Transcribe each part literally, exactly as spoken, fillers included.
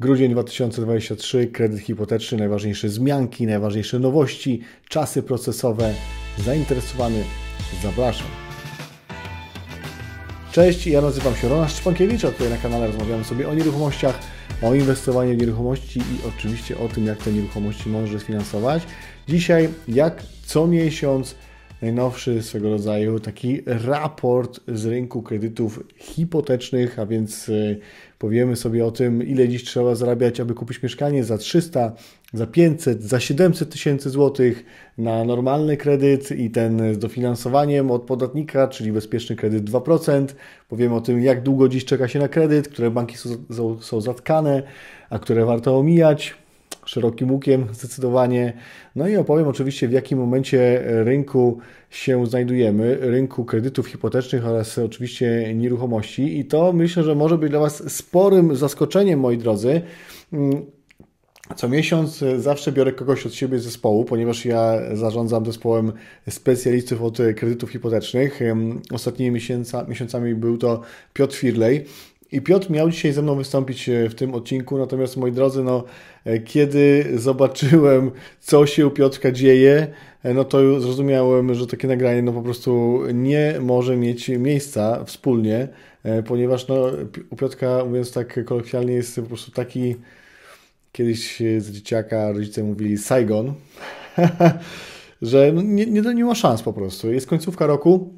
Grudzień dwa tysiące dwudziesty trzeci, kredyt hipoteczny, najważniejsze zmianki, najważniejsze nowości, czasy procesowe. Zainteresowany? Zapraszam. Cześć, ja nazywam się Ronald Szczepankiewicz, a tutaj na kanale rozmawiamy sobie o nieruchomościach, o inwestowaniu w nieruchomości i oczywiście o tym, jak te nieruchomości może sfinansować. Dzisiaj, jak co miesiąc, najnowszy swego rodzaju taki raport z rynku kredytów hipotecznych, a więc powiemy sobie o tym, ile dziś trzeba zarabiać, aby kupić mieszkanie za trzysta, za pięćset, za siedemset tysięcy złotych na normalny kredyt i ten z dofinansowaniem od podatnika, czyli bezpieczny kredyt dwa procent. Powiemy o tym, jak długo dziś czeka się na kredyt, które banki są, są, są zatkane, a które warto omijać. Szerokim łukiem zdecydowanie. No i opowiem oczywiście, w jakim momencie rynku się znajdujemy, rynku kredytów hipotecznych oraz oczywiście nieruchomości. I to myślę, że może być dla Was sporym zaskoczeniem, moi drodzy. Co miesiąc zawsze biorę kogoś od siebie z zespołu, ponieważ ja zarządzam zespołem specjalistów od kredytów hipotecznych. Ostatnimi miesiąca, miesiącami był to Piotr Firlej. I Piotr miał dzisiaj ze mną wystąpić w tym odcinku, natomiast moi drodzy, no, kiedy zobaczyłem, co się u Piotrka dzieje, no to zrozumiałem, że takie nagranie no, po prostu nie może mieć miejsca wspólnie, ponieważ no, u Piotrka, mówiąc tak kolokwialnie, jest po prostu taki, kiedyś z dzieciaka rodzice mówili Saigon, że no, nie, nie, nie ma szans po prostu. Jest końcówka roku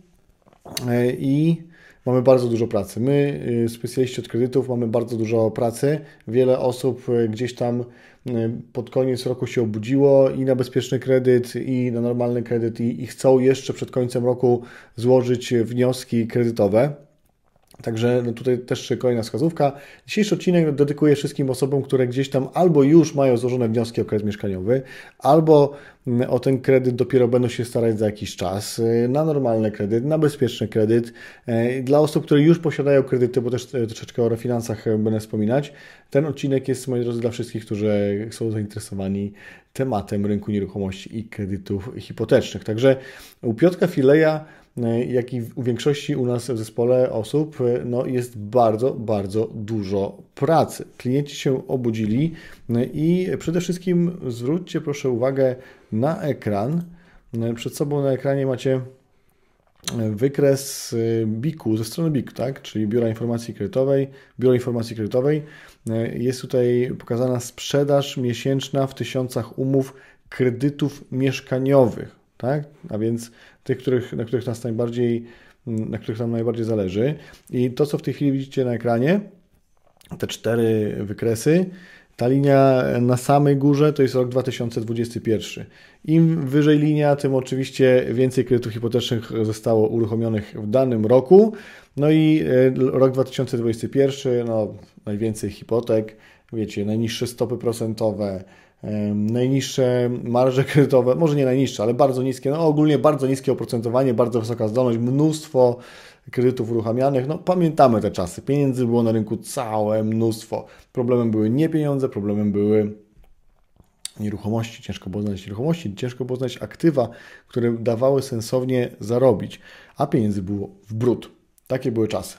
i mamy bardzo dużo pracy. My, specjaliści od kredytów, mamy bardzo dużo pracy. Wiele osób gdzieś tam pod koniec roku się obudziło i na bezpieczny kredyt, i na normalny kredyt i, i chcą jeszcze przed końcem roku złożyć wnioski kredytowe. Także no tutaj też kolejna wskazówka. Dzisiejszy odcinek dedykuję wszystkim osobom, które gdzieś tam albo już mają złożone wnioski o kredyt mieszkaniowy, albo o ten kredyt dopiero będą się starać za jakiś czas, na normalny kredyt, na bezpieczny kredyt. Dla osób, które już posiadają kredyty, bo też troszeczkę o refinansach będę wspominać, ten odcinek jest, moi drodzy, dla wszystkich, którzy są zainteresowani tematem rynku nieruchomości i kredytów hipotecznych. Także u Piotra Firleja, jak i u większości u nas w zespole osób, no jest bardzo, bardzo dużo pracy. Klienci się obudzili i przede wszystkim zwróćcie proszę uwagę na ekran. Przed sobą na ekranie macie wykres B I K-u, ze strony B I K, tak? Czyli Biura Informacji Kredytowej. Biuro Informacji Kredytowej. Jest tutaj pokazana sprzedaż miesięczna w tysiącach umów kredytów mieszkaniowych, tak? A więc tych, których, na których nas najbardziej, na których nam najbardziej zależy. I to, co w tej chwili widzicie na ekranie, te cztery wykresy, ta linia na samej górze to jest rok dwa tysiące dwudziesty pierwszy. Im wyżej linia, tym oczywiście więcej kredytów hipotecznych zostało uruchomionych w danym roku. No i rok dwa tysiące dwudziesty pierwszy, no najwięcej hipotek, wiecie, najniższe stopy procentowe, najniższe marże kredytowe, może nie najniższe, ale bardzo niskie, no ogólnie bardzo niskie oprocentowanie, bardzo wysoka zdolność, mnóstwo kredytów uruchamianych. No pamiętamy te czasy, pieniędzy było na rynku całe mnóstwo. Problemem były nie pieniądze, problemem były nieruchomości, ciężko było znaleźć nieruchomości, ciężko było znaleźć aktywa, które dawały sensownie zarobić, a pieniędzy było w bród. Takie były czasy.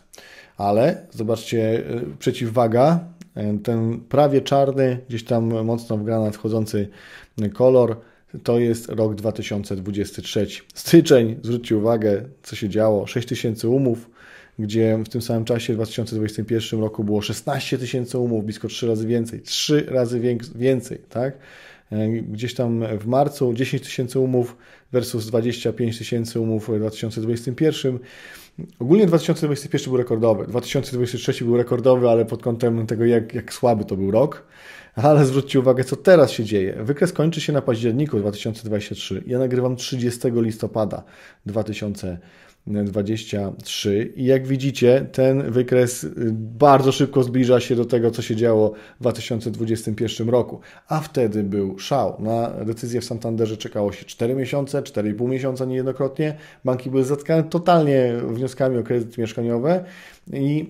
Ale zobaczcie, przeciwwaga, ten prawie czarny, gdzieś tam mocno w granat wchodzący kolor, to jest rok dwa tysiące dwudziesty trzeci. Styczeń, zwróćcie uwagę, co się działo, sześć tysięcy umów, gdzie w tym samym czasie w dwa tysiące dwudziestym pierwszym roku było szesnaście tysięcy umów, blisko trzy razy więcej, trzy razy więcej, tak? Gdzieś tam w marcu dziesięć tysięcy umów versus dwadzieścia pięć tysięcy umów w dwa tysiące dwudziestym pierwszym. Ogólnie dwa tysiące dwudziesty pierwszy był rekordowy, dwa tysiące dwudziesty trzeci był rekordowy, ale pod kątem tego, jak, jak słaby to był rok. Ale zwróćcie uwagę, co teraz się dzieje. Wykres kończy się na październiku dwa tysiące dwudziestym trzecim. Ja nagrywam trzydziestego listopada dwa tysiące dwudziestego trzeciego i jak widzicie, ten wykres bardzo szybko zbliża się do tego, co się działo w dwa tysiące dwudziestym pierwszym roku. A wtedy był szał. Na decyzję w Santanderze czekało się cztery miesiące, cztery i pół miesiąca niejednokrotnie. Banki były zatkane totalnie wnioskami o kredyty mieszkaniowe i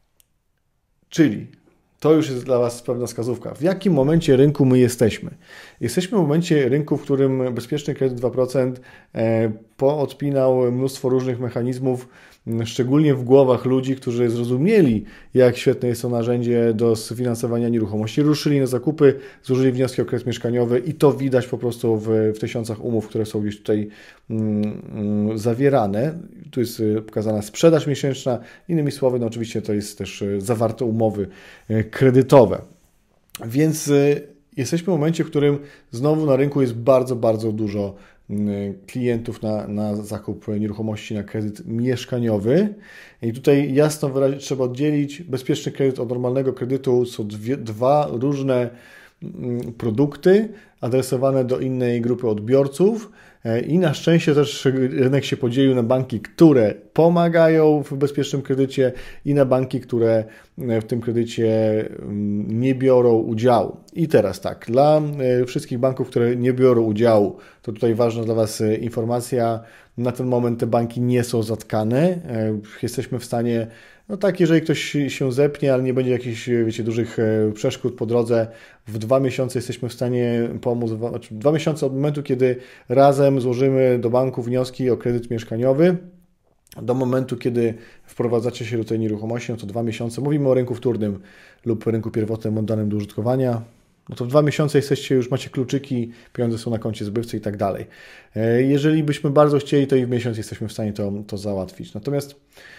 czyli to już jest dla Was pewna wskazówka. W jakim momencie rynku my jesteśmy? Jesteśmy w momencie rynku, w którym bezpieczny kredyt dwa procent poodpinał mnóstwo różnych mechanizmów szczególnie w głowach ludzi, którzy zrozumieli, jak świetne jest to narzędzie do sfinansowania nieruchomości, ruszyli na zakupy, złożyli wnioski o kredyt mieszkaniowy i to widać po prostu w, w tysiącach umów, które są gdzieś tutaj mm, zawierane. Tu jest pokazana sprzedaż miesięczna, innymi słowy, no oczywiście to jest też zawarte umowy kredytowe. Więc jesteśmy w momencie, w którym znowu na rynku jest bardzo, bardzo dużo klientów na, na zakup nieruchomości na kredyt mieszkaniowy. I tutaj jasno wyraźnie trzeba oddzielić bezpieczny kredyt od normalnego kredytu. Są dwie, dwa różne produkty adresowane do innej grupy odbiorców. I na szczęście też rynek się podzielił na banki, które pomagają w bezpiecznym kredycie i na banki, które w tym kredycie nie biorą udziału. I teraz tak, dla wszystkich banków, które nie biorą udziału, to tutaj ważna dla Was informacja, na ten moment te banki nie są zatkane. Jesteśmy w stanie, no tak, jeżeli ktoś się zepnie, ale nie będzie jakichś, wiecie, dużych przeszkód po drodze, w dwa miesiące jesteśmy w stanie pomóc, znaczy dwa miesiące od momentu, kiedy razem złożymy do banku wnioski o kredyt mieszkaniowy, do momentu, kiedy wprowadzacie się do tej nieruchomości, no to dwa miesiące, mówimy o rynku wtórnym lub rynku pierwotnym oddanym do użytkowania, no to w dwa miesiące jesteście, już macie kluczyki, pieniądze są na koncie zbywcy i tak dalej. Jeżeli byśmy bardzo chcieli, to i w miesiąc jesteśmy w stanie to, to załatwić. Natomiast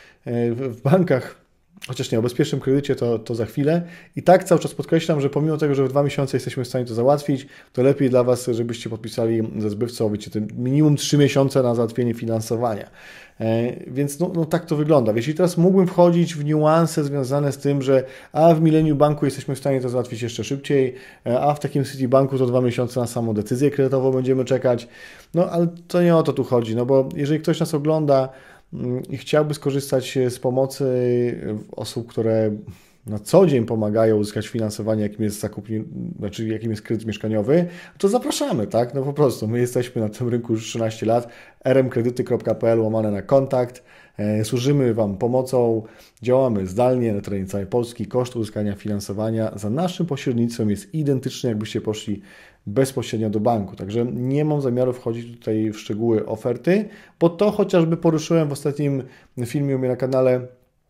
w bankach, chociaż nie, o bezpiecznym kredycie to, to za chwilę. I tak cały czas podkreślam, że pomimo tego, że w dwa miesiące jesteśmy w stanie to załatwić, to lepiej dla Was, żebyście podpisali ze zbywcą, wiecie, minimum trzy miesiące na załatwienie finansowania. E, więc no, no tak to wygląda. Jeśli teraz mógłbym wchodzić w niuanse związane z tym, że a w Millennium Banku jesteśmy w stanie to załatwić jeszcze szybciej, a w takim Citibanku to dwa miesiące na samą decyzję kredytową będziemy czekać. No ale to nie o to tu chodzi, no bo jeżeli ktoś nas ogląda i chciałby skorzystać z pomocy osób, które na co dzień pomagają uzyskać finansowanie, jakim jest zakup, znaczy jakim jest kredyt mieszkaniowy, to zapraszamy, tak? No po prostu, my jesteśmy na tym rynku już trzynaście lat, rmkredyty kropka p l łamane na kontakt, służymy Wam pomocą, działamy zdalnie na terenie całej Polski, koszt uzyskania finansowania za naszym pośrednictwem jest identyczny, jakbyście poszli bezpośrednio do banku. Także nie mam zamiaru wchodzić tutaj w szczegóły oferty, bo to chociażby poruszyłem w ostatnim filmie u mnie na kanale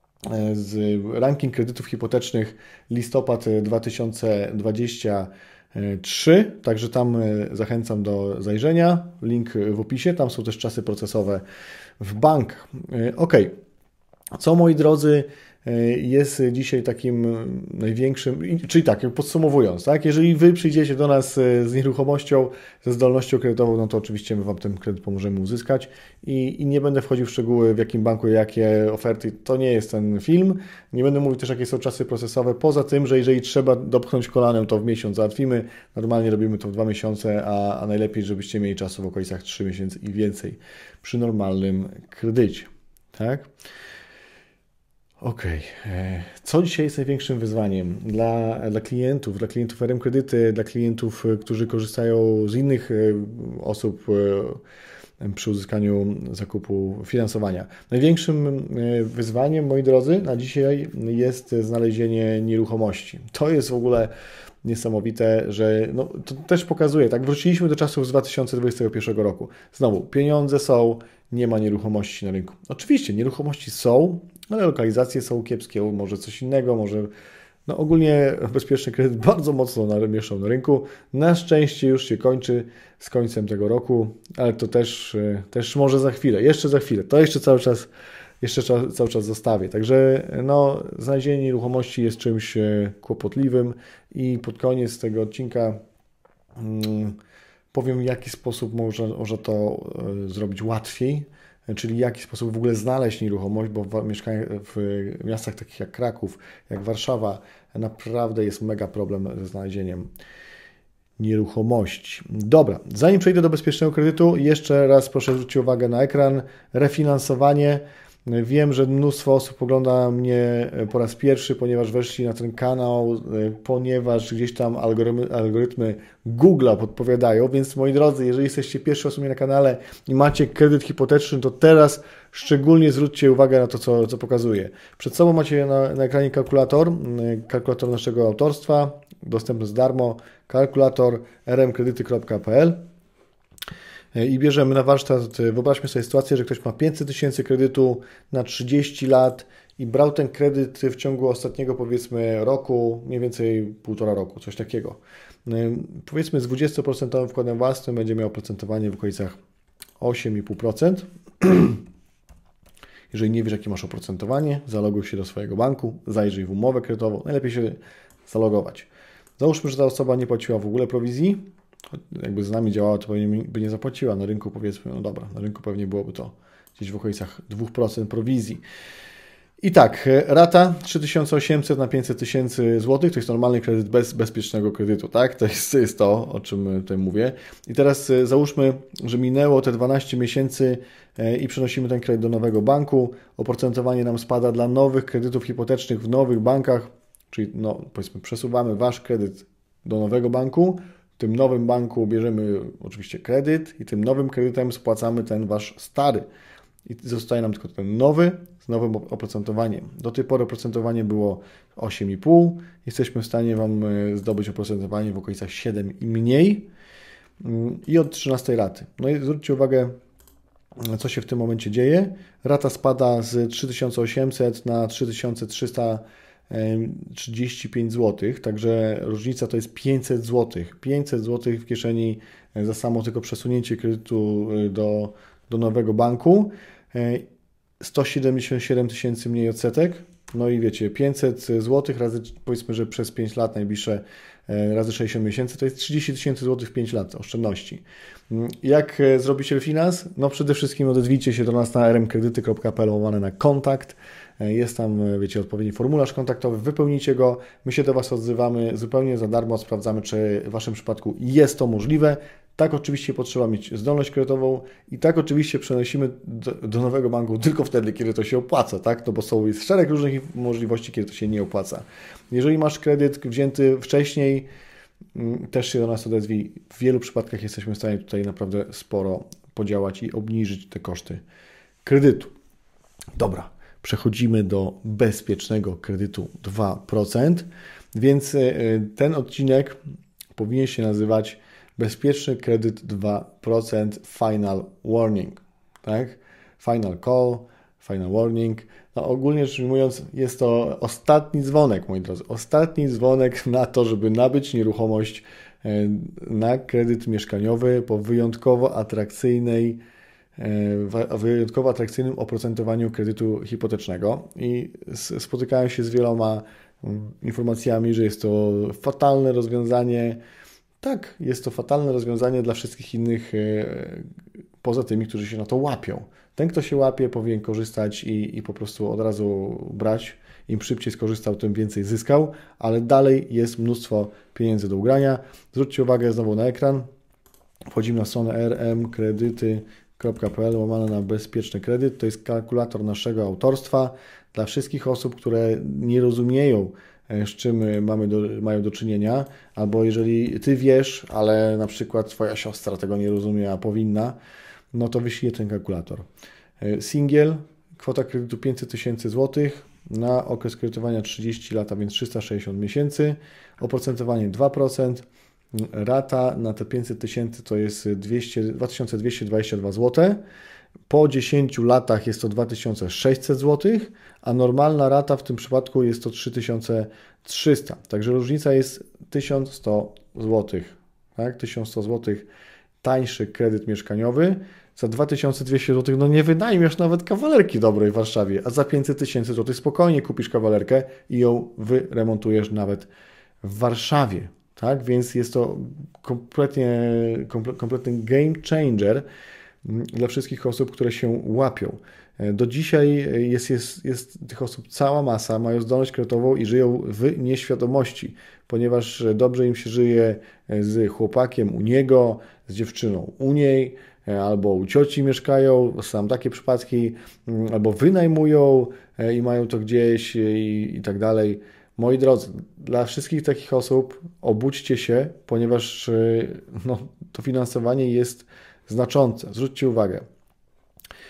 z ranking kredytów hipotecznych listopad dwa tysiące dwudziesty trzeci, także tam zachęcam do zajrzenia, link w opisie, tam są też czasy procesowe w bankach. Ok, co moi drodzy jest dzisiaj takim największym, czyli tak, podsumowując, tak, jeżeli Wy przyjdziecie do nas z nieruchomością, ze zdolnością kredytową, no to oczywiście my Wam ten kredyt pomożemy uzyskać i, i nie będę wchodził w szczegóły, w jakim banku, jakie oferty, to nie jest ten film, nie będę mówił też, jakie są czasy procesowe, poza tym, że jeżeli trzeba dopchnąć kolanem, to w miesiąc załatwimy, normalnie robimy to w dwa miesiące, a, a najlepiej, żebyście mieli czasu w okolicach trzy miesięcy i więcej przy normalnym kredycie, tak? Okej, okay. Co dzisiaj jest największym wyzwaniem dla, dla klientów, dla klientów R M Kredyty, dla klientów, którzy korzystają z innych osób przy uzyskaniu zakupu finansowania? Największym wyzwaniem, moi drodzy, na dzisiaj jest znalezienie nieruchomości. To jest w ogóle niesamowite, że no, to też pokazuje, tak, wróciliśmy do czasów z dwa tysiące dwudziestego pierwszego roku. Znowu, pieniądze są, nie ma nieruchomości na rynku. Oczywiście, nieruchomości są, ale lokalizacje są kiepskie, może coś innego, może... No ogólnie bezpieczny kredyt bardzo mocno mieszał na rynku. Na szczęście już się kończy z końcem tego roku, ale to też, też może za chwilę, jeszcze za chwilę. To jeszcze cały czas, jeszcze cały czas zostawię. Także no, znalezienie nieruchomości jest czymś kłopotliwym i pod koniec tego odcinka hmm, powiem, w jaki sposób można, można to zrobić łatwiej. Czyli w jaki sposób w ogóle znaleźć nieruchomość, bo w, w miastach takich jak Kraków, jak Warszawa naprawdę jest mega problem ze znalezieniem nieruchomości. Dobra, zanim przejdę do bezpiecznego kredytu, jeszcze raz proszę zwrócić uwagę na ekran. Refinansowanie. Wiem, że mnóstwo osób ogląda mnie po raz pierwszy, ponieważ weszli na ten kanał, ponieważ gdzieś tam algorytmy, algorytmy Google'a podpowiadają, więc moi drodzy, jeżeli jesteście pierwszy osobą na kanale i macie kredyt hipoteczny, to teraz szczególnie zwróćcie uwagę na to, co, co pokazuję. Przed sobą macie na, na ekranie kalkulator, kalkulator naszego autorstwa, dostępny za darmo, kalkulator r m kredyty kropka p l. i bierzemy na warsztat, wyobraźmy sobie sytuację, że ktoś ma pięćset tysięcy kredytu na trzydzieści lat i brał ten kredyt w ciągu ostatniego, powiedzmy, roku, mniej więcej półtora roku, coś takiego. Powiedzmy z dwudziestoprocentowym wkładem własnym będzie miał oprocentowanie w okolicach osiem i pół procent. Jeżeli nie wiesz, jakie masz oprocentowanie, zaloguj się do swojego banku, zajrzyj w umowę kredytową, najlepiej się zalogować. Załóżmy, że ta osoba nie płaciła w ogóle prowizji, jakby z nami działała, to pewnie by nie zapłaciła. Na rynku powiedzmy, no dobra, na rynku pewnie byłoby to gdzieś w okolicach dwa procent prowizji. I tak, rata trzy tysiące osiemset na pięćset tysięcy złotych, to jest normalny kredyt bez bezpiecznego kredytu, tak? To jest, to jest to, o czym tutaj mówię. I teraz załóżmy, że minęło te dwanaście miesięcy i przenosimy ten kredyt do nowego banku. Oprocentowanie nam spada dla nowych kredytów hipotecznych w nowych bankach, czyli no, powiedzmy przesuwamy Wasz kredyt do nowego banku, w tym nowym banku bierzemy oczywiście kredyt i tym nowym kredytem spłacamy ten Wasz stary. I zostaje nam tylko ten nowy z nowym oprocentowaniem. Do tej pory oprocentowanie było osiem i pół. Jesteśmy w stanie Wam zdobyć oprocentowanie w okolicach siedem i mniej i od trzynastej raty. No i zwróćcie uwagę, co się w tym momencie dzieje. Rata spada z trzy tysiące osiemset na trzy tysiące trzysta trzydzieści pięć złotych, także różnica to jest pięćset złotych. pięćset złotych w kieszeni za samo tylko przesunięcie kredytu do, do nowego banku. sto siedemdziesiąt siedem tysięcy mniej odsetek. No i wiecie, pięćset złotych razy, powiedzmy, że przez pięć lat najbliższe, razy sześćdziesiąt miesięcy, to jest trzydzieści tysięcy złotych w pięć lat oszczędności. Jak zrobić refinans? No przede wszystkim odezwijcie się do nas na r m kredyty kropka p l łamane na kontakt. Jest tam, wiecie, odpowiedni formularz kontaktowy, wypełnijcie go, my się do Was odzywamy zupełnie za darmo, sprawdzamy, czy w Waszym przypadku jest to możliwe. Tak oczywiście potrzeba mieć zdolność kredytową i tak oczywiście przenosimy do, do nowego banku tylko wtedy, kiedy to się opłaca, tak? No bo są jest szereg różnych możliwości, kiedy to się nie opłaca. Jeżeli masz kredyt wzięty wcześniej, też się do nas odezwij. W wielu przypadkach jesteśmy w stanie tutaj naprawdę sporo podziałać i obniżyć te koszty kredytu. Dobra, przechodzimy do bezpiecznego kredytu dwa procent, więc ten odcinek powinien się nazywać Bezpieczny kredyt dwa procent Final Warning, tak? Final Call, Final Warning. No ogólnie rzecz ujmując, jest to ostatni dzwonek, moi drodzy. Ostatni dzwonek na to, żeby nabyć nieruchomość na kredyt mieszkaniowy po wyjątkowo atrakcyjnej, wyjątkowo atrakcyjnym oprocentowaniu kredytu hipotecznego. I spotykałem się z wieloma informacjami, że jest to fatalne rozwiązanie. Tak, jest to fatalne rozwiązanie dla wszystkich innych, poza tymi, którzy się na to łapią. Ten, kto się łapie, powinien korzystać i, i po prostu od razu brać. Im szybciej skorzystał, tym więcej zyskał, ale dalej jest mnóstwo pieniędzy do ugrania. Zwróćcie uwagę znowu na ekran. Wchodzimy na stronę r m kredyty kropka p l łamane na bezpieczny kredyt. To jest kalkulator naszego autorstwa dla wszystkich osób, które nie rozumieją, z czym mamy do, mają do czynienia, albo jeżeli Ty wiesz, ale na przykład Twoja siostra tego nie rozumie, a powinna, no to wyślij ten kalkulator. Singiel, kwota kredytu pięćset tysięcy złotych, na okres kredytowania trzydzieści lat, a więc trzysta sześćdziesiąt miesięcy, oprocentowanie dwa procent, rata na te pięćset tysięcy to jest dwa tysiące dwieście dwadzieścia dwa złote, po dziesięciu latach jest to dwa tysiące sześćset złotych, a normalna rata w tym przypadku jest to trzy tysiące trzysta. Także różnica jest tysiąc sto złotych. Tak? tysiąc sto złotych tańszy kredyt mieszkaniowy. Za dwa tysiące dwieście złotych no nie wynajmiesz nawet kawalerki dobrej w Warszawie, a za pięćset tysięcy złotych spokojnie kupisz kawalerkę i ją wyremontujesz nawet w Warszawie. Tak? Więc jest to kompletnie, kompletny game changer dla wszystkich osób, które się łapią. Do dzisiaj jest, jest, jest tych osób cała masa, mają zdolność kredytową i żyją w nieświadomości, ponieważ dobrze im się żyje z chłopakiem u niego, z dziewczyną u niej, albo u cioci mieszkają, są takie przypadki, albo wynajmują i mają to gdzieś i, i tak dalej. Moi drodzy, dla wszystkich takich osób obudźcie się, ponieważ no, to finansowanie jest znaczące. Zwróćcie uwagę.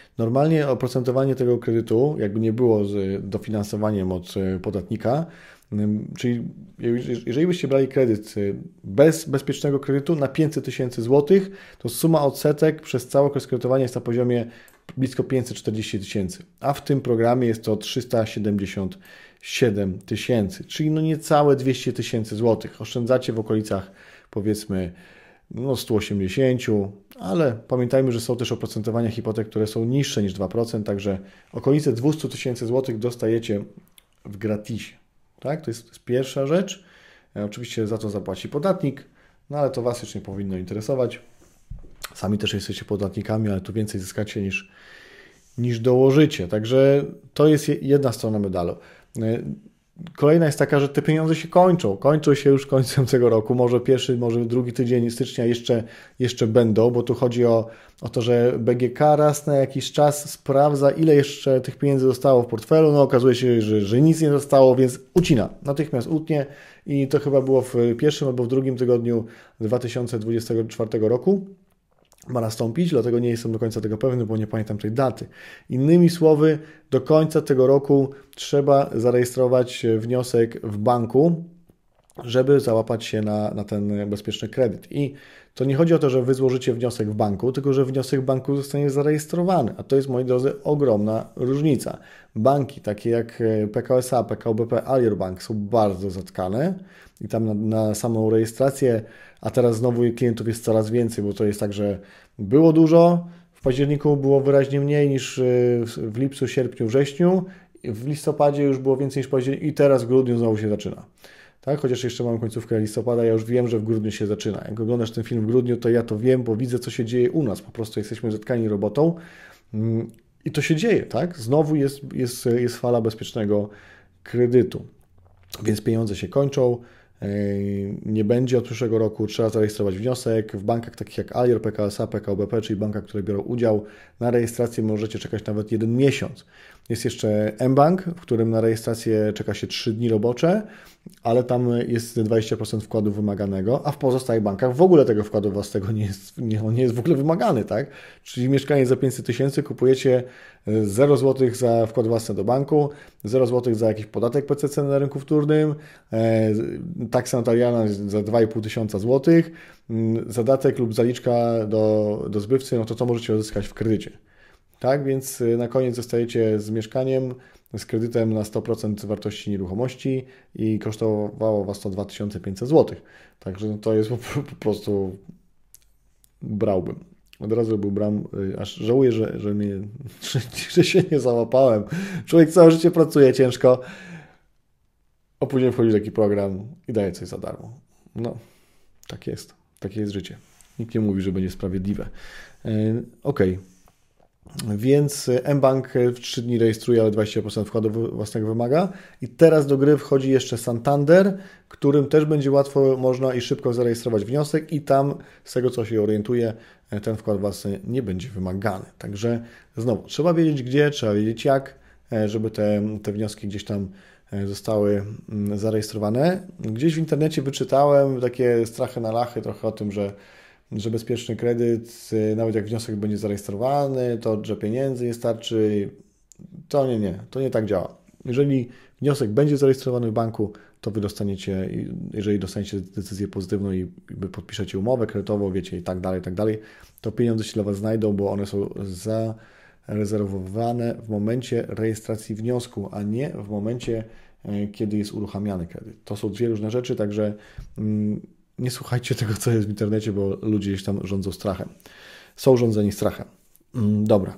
Normalnie oprocentowanie tego kredytu, jakby nie było z dofinansowaniem od podatnika, Czyli jeżeli byście brali kredyt bez bezpiecznego kredytu na pięćset tysięcy złotych, to suma odsetek przez całe okres kredytowania jest na poziomie blisko pięćset czterdzieści tysięcy, a w tym programie jest to trzysta siedemdziesiąt siedem tysięcy, czyli no niecałe dwieście tysięcy złotych. Oszczędzacie w okolicach powiedzmy no sto osiemdziesiąt, ale pamiętajmy, że są też oprocentowania hipotek, które są niższe niż dwa procent, także okolice dwieście tysięcy złotych dostajecie w gratisie. Tak? To jest, to jest pierwsza rzecz. E, oczywiście za to zapłaci podatnik, no ale to Was już nie powinno interesować. Sami też jesteście podatnikami, ale tu więcej zyskacie niż, niż dołożycie. Także to jest jedna strona medalu. E, Kolejna jest taka, że te pieniądze się kończą. Kończą się już końcem tego roku. Może pierwszy, może drugi tydzień stycznia jeszcze, jeszcze będą, bo tu chodzi o, o to, że B G K raz na jakiś czas sprawdza, ile jeszcze tych pieniędzy zostało w portfelu. No okazuje się, że, że nic nie zostało, więc ucina. Natychmiast utnie i to chyba było w pierwszym albo w drugim tygodniu dwa tysiące dwudziestego czwartego roku. Ma nastąpić, dlatego nie jestem do końca tego pewny, bo nie pamiętam tej daty. Innymi słowy, do końca tego roku trzeba zarejestrować wniosek w banku, żeby załapać się na, na ten bezpieczny kredyt. I to nie chodzi o to, że Wy złożycie wniosek w banku, tylko że wniosek w banku zostanie zarejestrowany, a to jest, moi drodzy, ogromna różnica. Banki takie jak P K O S A, P K O B P, Alior Bank są bardzo zatkane i tam na, na samą rejestrację, a teraz znowu klientów jest coraz więcej, bo to jest tak, że było dużo, w październiku było wyraźnie mniej niż w lipcu, sierpniu, wrześniu, w listopadzie już było więcej niż w październiku i teraz w grudniu znowu się zaczyna. Tak? Chociaż jeszcze mam końcówkę listopada, ja już wiem, że w grudniu się zaczyna. Jak oglądasz ten film w grudniu, to ja to wiem, bo widzę, co się dzieje u nas. Po prostu jesteśmy zetkani robotą i to się dzieje. Tak? Znowu jest, jest, jest fala bezpiecznego kredytu. Więc pieniądze się kończą, nie będzie od przyszłego roku, trzeba zarejestrować wniosek. W bankach takich jak Alior, P K O S A, P K O B P, czyli bankach, które biorą udział, na rejestrację możecie czekać nawet jeden miesiąc. Jest jeszcze mBank, w którym na rejestrację czeka się trzy dni robocze, ale tam jest dwadzieścia procent wkładu wymaganego, a w pozostałych bankach w ogóle tego wkładu własnego nie jest, nie, on nie jest w ogóle wymagany, tak? Czyli mieszkanie za pięćset tysięcy kupujecie zero złotych za wkład własny do banku, zero złotych za jakiś podatek P C C na rynku wtórnym, e, taksa notarialna za dwa i pół tysiąca złotych, zadatek lub zaliczka do, do zbywcy, no to to możecie uzyskać w kredycie. Tak, więc na koniec zostajecie z mieszkaniem, z kredytem na sto procent wartości nieruchomości i kosztowało Was to dwa tysiące pięćset złotych. Także no to jest po, po prostu brałbym. Od razu był bram, aż żałuję, że, że, mnie, że, że się nie załapałem. Człowiek całe życie pracuje ciężko, a później wchodzi taki program i daje coś za darmo. No, tak jest. Takie jest życie. Nikt nie mówi, że będzie sprawiedliwe. Yy, Okej. Okay. Więc mBank w trzy dni rejestruje, ale dwadzieścia procent wkładu własnego wymaga. I teraz do gry wchodzi jeszcze Santander, którym też będzie łatwo można i szybko zarejestrować wniosek i tam, z tego co się orientuję, ten wkład własny nie będzie wymagany. Także znowu, trzeba wiedzieć gdzie, trzeba wiedzieć jak, żeby te, te wnioski gdzieś tam zostały zarejestrowane. Gdzieś w internecie wyczytałem takie strachy na lachy trochę o tym, że że bezpieczny kredyt, nawet jak wniosek będzie zarejestrowany, to że pieniędzy nie starczy. To nie, nie, to nie tak działa. Jeżeli wniosek będzie zarejestrowany w banku, to Wy dostaniecie, jeżeli dostaniecie decyzję pozytywną i podpiszecie umowę kredytową, wiecie i tak dalej, i tak dalej, to pieniądze się dla Was znajdą, bo one są zarezerwowane w momencie rejestracji wniosku, a nie w momencie, kiedy jest uruchamiany kredyt. To są dwie różne rzeczy, także nie słuchajcie tego, co jest w internecie, bo ludzie gdzieś tam rządzą strachem. Są rządzeni strachem. Dobra.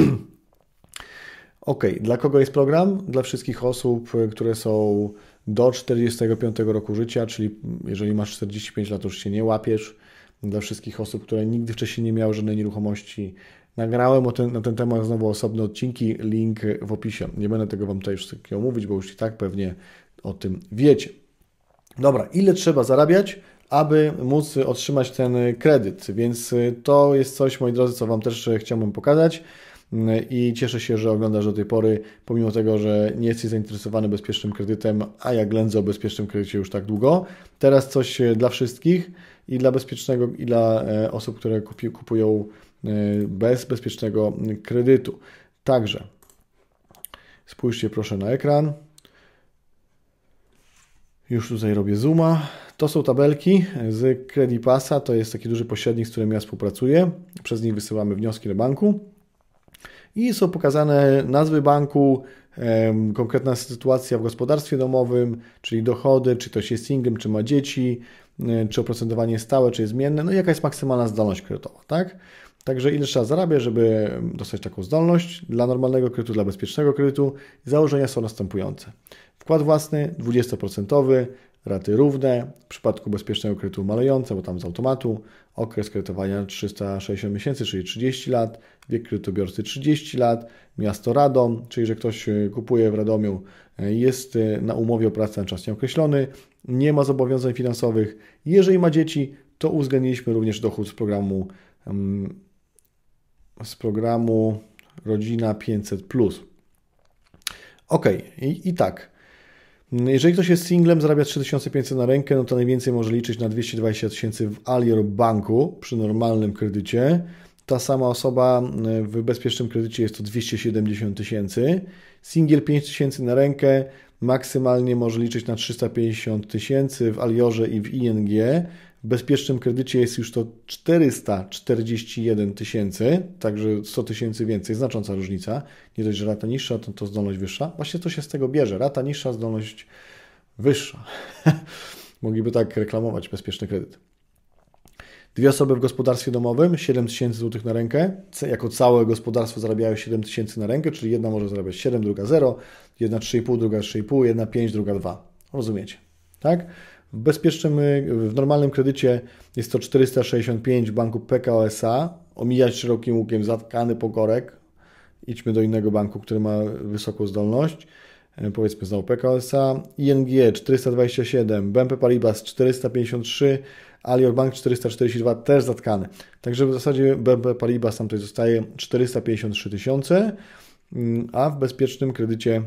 Ok, dla kogo jest program? Dla wszystkich osób, które są do czterdziestego piątego roku życia, czyli jeżeli masz czterdzieści pięć lat, to już się nie łapiesz. Dla wszystkich osób, które nigdy wcześniej nie miały żadnej nieruchomości. Nagrałem o ten, na ten temat znowu osobne odcinki, link w opisie. Nie będę tego Wam tutaj wszystkiego mówić, bo już i tak pewnie o tym wiecie. Dobra, ile trzeba zarabiać, aby móc otrzymać ten kredyt? Więc to jest coś, moi drodzy, co Wam też chciałbym pokazać i cieszę się, że oglądasz do tej pory, pomimo tego, że nie jesteś zainteresowany bezpiecznym kredytem, a ja ględzę o bezpiecznym kredycie już tak długo. Teraz coś dla wszystkich i dla bezpiecznego, i dla osób, które kupują bez bezpiecznego kredytu. Także spójrzcie proszę na ekran. Już tutaj robię zooma. To są tabelki z Credipassa, to jest taki duży pośrednik, z którym ja współpracuję. Przez nich wysyłamy wnioski do banku. I są pokazane nazwy banku, em, konkretna sytuacja w gospodarstwie domowym, czyli dochody, czy ktoś jest singlem, czy ma dzieci, e, czy oprocentowanie jest stałe, czy jest zmienne, no i jaka jest maksymalna zdolność kredytowa, tak? Także ile trzeba zarabiać, żeby dostać taką zdolność. Dla normalnego kredytu, dla bezpiecznego kredytu założenia są następujące. Wkład własny dwadzieścia procent, raty równe, w przypadku bezpiecznego kredytu malejące, bo tam z automatu, okres kredytowania trzysta sześćdziesiąt miesięcy, czyli trzydzieści lat, wiek kredytobiorcy trzydzieści lat, miasto Radom, czyli że ktoś kupuje w Radomiu, jest na umowie o pracę na czas nieokreślony, nie ma zobowiązań finansowych. Jeżeli ma dzieci, to uwzględniliśmy również dochód z programu z programu Rodzina pięćset plus. Ok, I, i tak. Jeżeli ktoś jest singlem, zarabia trzy tysiące pięćset na rękę, no to najwięcej może liczyć na dwieście dwadzieścia tysięcy w Alior Banku przy normalnym kredycie. Ta sama osoba w bezpiecznym kredycie jest to dwieście siedemdziesiąt tysięcy. Singiel pięć tysięcy na rękę, maksymalnie może liczyć na trzysta pięćdziesiąt tysięcy w Aliorze i w I N G. W bezpiecznym kredycie jest już to czterysta czterdzieści jeden tysięcy, także sto tysięcy więcej, znacząca różnica. Nie dość, że rata niższa, to, to zdolność wyższa. Właśnie to się z tego bierze. Rata niższa, zdolność wyższa. Mogliby tak reklamować bezpieczny kredyt. Dwie osoby w gospodarstwie domowym, siedem tysięcy złotych na rękę. Jako całe gospodarstwo zarabiają siedem tysięcy na rękę, czyli jedna może zarabiać siedem, druga zero, jedna trzy i pół, druga trzy i pół, jedna pięć, druga dwa. Rozumiecie, tak? W bezpiecznym, w normalnym kredycie jest to czterysta sześćdziesiąt pięć w banku P K O S A. Omijać szerokim łukiem zatkany pokorek. Idźmy do innego banku, który ma wysoką zdolność. Powiedzmy znowu P K O S A. I N G czterysta dwadzieścia siedem, B N P Paribas czterysta pięćdziesiąt trzy, Alior Bank czterysta czterdzieści dwa, też zatkany. Także w zasadzie B N P Paribas tam tutaj zostaje czterysta pięćdziesiąt trzy tysiące, a w bezpiecznym kredycie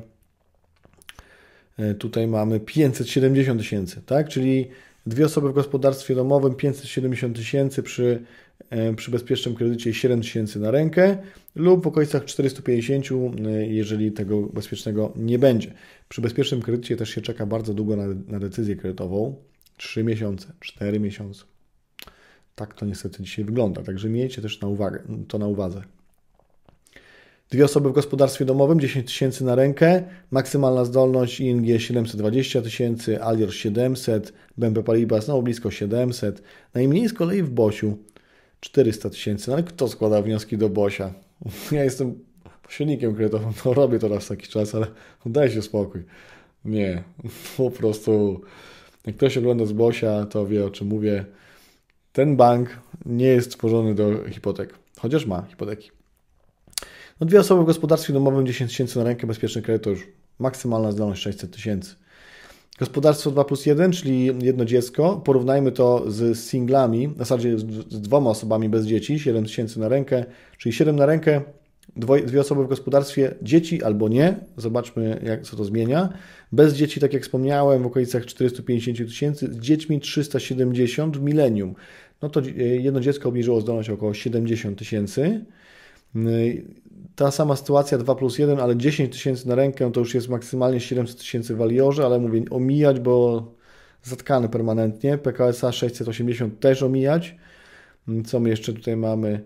tutaj mamy pięćset siedemdziesiąt tysięcy, tak? Czyli dwie osoby w gospodarstwie domowym, pięćset siedemdziesiąt tysięcy przy, przy bezpiecznym kredycie, siedem tysięcy na rękę lub w okolicach czterysta pięćdziesiąt, jeżeli tego bezpiecznego nie będzie. Przy bezpiecznym kredycie też się czeka bardzo długo na, na decyzję kredytową, trzy miesiące, cztery miesiące. Tak to niestety dzisiaj wygląda, także miejcie też na uwagę, to na uwadze. Dwie osoby w gospodarstwie domowym, dziesięć tysięcy na rękę, maksymalna zdolność I N G siedemset dwadzieścia tysięcy, Alior siedemset, B N P Paribas no blisko siedemset, najmniej z kolei w Bosiu czterysta tysięcy. No ale kto składa wnioski do Bosia? Ja jestem pośrednikiem kredytowym, to robię to raz w taki czas, ale daj się spokój. Nie, po prostu jak ktoś ogląda z Bosia, to wie, o czym mówię. Ten bank nie jest stworzony do hipotek, chociaż ma hipoteki. No dwie osoby w gospodarstwie domowym, dziesięć tysięcy na rękę, bezpieczny kredyt to już maksymalna zdolność sześćset tysięcy. Gospodarstwo dwa plus jeden, czyli jedno dziecko, porównajmy to z singlami, w zasadzie z dwoma osobami bez dzieci, siedem tysięcy na rękę, czyli siedem na rękę, dwoje, dwie osoby w gospodarstwie, dzieci albo nie, zobaczmy jak, co to zmienia. Bez dzieci, tak jak wspomniałem, w okolicach czterysta pięćdziesiąt tysięcy, z dziećmi trzysta siedemdziesiąt w milenium. No to jedno dziecko obniżyło zdolność o około siedemdziesiąt tysięcy. Ta sama sytuacja dwa plus jeden, ale dziesięć tysięcy na rękę to już jest maksymalnie siedemset tysięcy w Aliorze, ale mówię omijać, bo zatkany permanentnie. P K O S A sześćset osiemdziesiąt też omijać. Co my jeszcze tutaj mamy?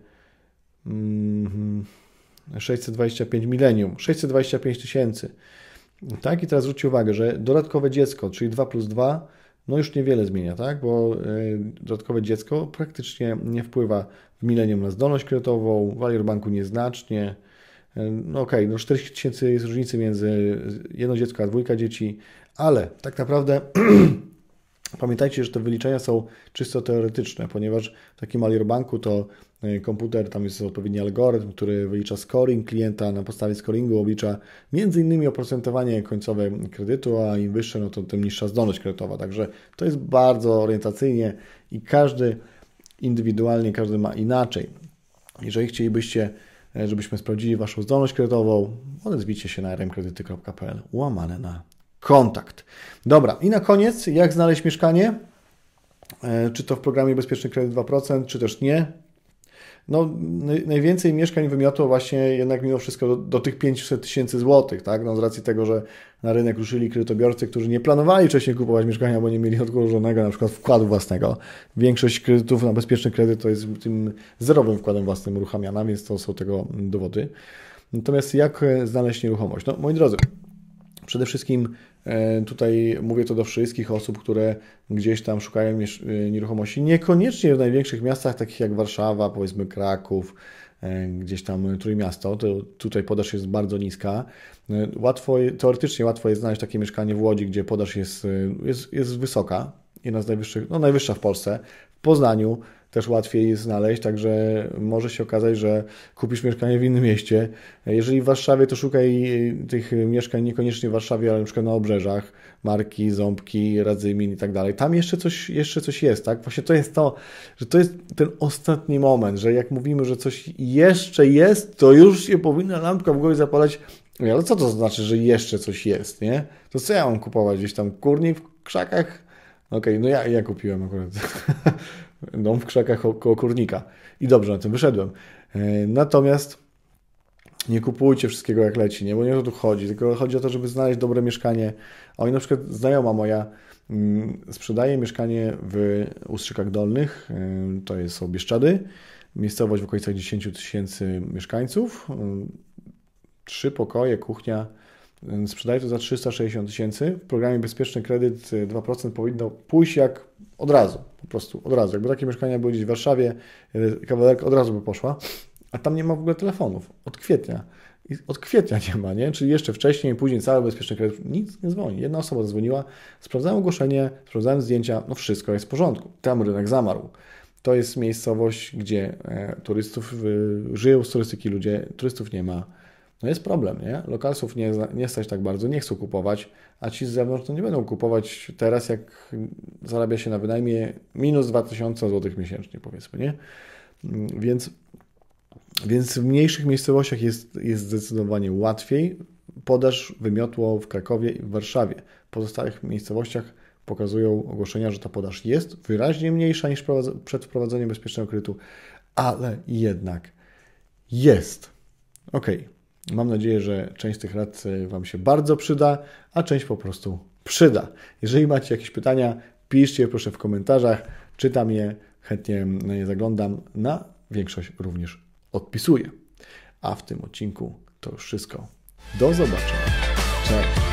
sześćset dwadzieścia pięć milenium, sześćset dwadzieścia pięć tysięcy. Tak, i teraz zwróćcie uwagę, że dodatkowe dziecko, czyli dwa plus dwa, no już niewiele zmienia, tak? Bo dodatkowe dziecko praktycznie nie wpływa w milenium na zdolność kredytową, w Alior Banku nieznacznie. No okej, okay, no czterdzieści tysięcy jest różnicy między jedno dziecko a dwójka dzieci, ale tak naprawdę pamiętajcie, że te wyliczenia są czysto teoretyczne, ponieważ w takim Alior Banku to komputer, tam jest odpowiedni algorytm, który wylicza scoring klienta, na podstawie scoringu oblicza między innymi oprocentowanie końcowe kredytu, a im wyższe, no to tym niższa zdolność kredytowa. Także to jest bardzo orientacyjnie i każdy indywidualnie, każdy ma inaczej. Jeżeli chcielibyście, żebyśmy sprawdzili Waszą zdolność kredytową, odezwijcie się na r m kredyty kropka p l łamane na kontakt. Dobra, i na koniec, jak znaleźć mieszkanie? Czy to w programie Bezpieczny Kredyt dwa procent, czy też nie? no, najwięcej mieszkań wymiotło właśnie jednak mimo wszystko do, do tych pięćset tysięcy złotych, tak? No, z racji tego, że na rynek ruszyli kredytobiorcy, którzy nie planowali wcześniej kupować mieszkania, bo nie mieli odłożonego na przykład wkładu własnego. Większość kredytów na bezpieczny kredyt to jest tym zerowym wkładem własnym uruchamiana, więc to są tego dowody. Natomiast jak znaleźć nieruchomość? No, moi drodzy, przede wszystkim tutaj mówię to do wszystkich osób, które gdzieś tam szukają nieruchomości, niekoniecznie w największych miastach, takich jak Warszawa, powiedzmy Kraków, gdzieś tam Trójmiasto, to tutaj podaż jest bardzo niska. Łatwo, teoretycznie łatwo jest znaleźć takie mieszkanie w Łodzi, gdzie podaż jest, jest, jest wysoka, jedna z najwyższych, no najwyższa w Polsce. W Poznaniu też łatwiej jest znaleźć, także może się okazać, że kupisz mieszkanie w innym mieście. Jeżeli w Warszawie, to szukaj tych mieszkań niekoniecznie w Warszawie, ale na przykład na obrzeżach, Marki, Ząbki, Radzymin i tak dalej. Tam jeszcze coś, jeszcze coś jest, tak? Właśnie to jest to, że to jest ten ostatni moment, że jak mówimy, że coś jeszcze jest, to już się powinna lampka w głowie zapalać. Ale co to znaczy, że jeszcze coś jest, nie? To co ja mam kupować? Gdzieś tam kurnik w krzakach? Okej, okay, no ja, ja kupiłem akurat dom w krzakach koło kurnika i dobrze na tym wyszedłem. Natomiast nie kupujcie wszystkiego jak leci, nie? Bo nie o to tu chodzi, tylko chodzi o to, żeby znaleźć dobre mieszkanie. O, i na przykład znajoma moja sprzedaje mieszkanie w Ustrzykach Dolnych, to jest są Bieszczady, miejscowość w okolicach dziesięć tysięcy mieszkańców, trzy pokoje, kuchnia. Sprzedaje to za trzysta sześćdziesiąt tysięcy. W programie Bezpieczny Kredyt dwa procent powinno pójść jak od razu, po prostu od razu. Jakby takie mieszkania były gdzieś w Warszawie, kawalerka od razu by poszła, a tam nie ma w ogóle telefonów. Od kwietnia. I od kwietnia nie ma, nie? Czyli jeszcze wcześniej, później cały Bezpieczny Kredyt, nic nie dzwoni. Jedna osoba zadzwoniła, sprawdzałem ogłoszenie, sprawdzałem zdjęcia, no wszystko jest w porządku. Tam rynek zamarł. To jest miejscowość, gdzie e, turystów e, żyją z turystyki ludzie, turystów nie ma. No jest problem, nie? Lokalsów nie, nie stać tak bardzo, nie chcą kupować, a ci z zewnątrz to nie będą kupować teraz, jak zarabia się na wynajmie minus dwa tysiące złotych miesięcznie, powiedzmy, nie? Więc, więc w mniejszych miejscowościach jest, jest zdecydowanie łatwiej. Podaż wymiotło w Krakowie i w Warszawie. W pozostałych miejscowościach pokazują ogłoszenia, że ta podaż jest wyraźnie mniejsza niż przed wprowadzeniem bezpiecznego kredytu, ale jednak jest. Okej. Okay. Mam nadzieję, że część z tych rad Wam się bardzo przyda, a część po prostu przyda. Jeżeli macie jakieś pytania, piszcie je proszę w komentarzach, czytam je, chętnie na nie zaglądam, na większość również odpisuję. A w tym odcinku to już wszystko. Do zobaczenia. Cześć!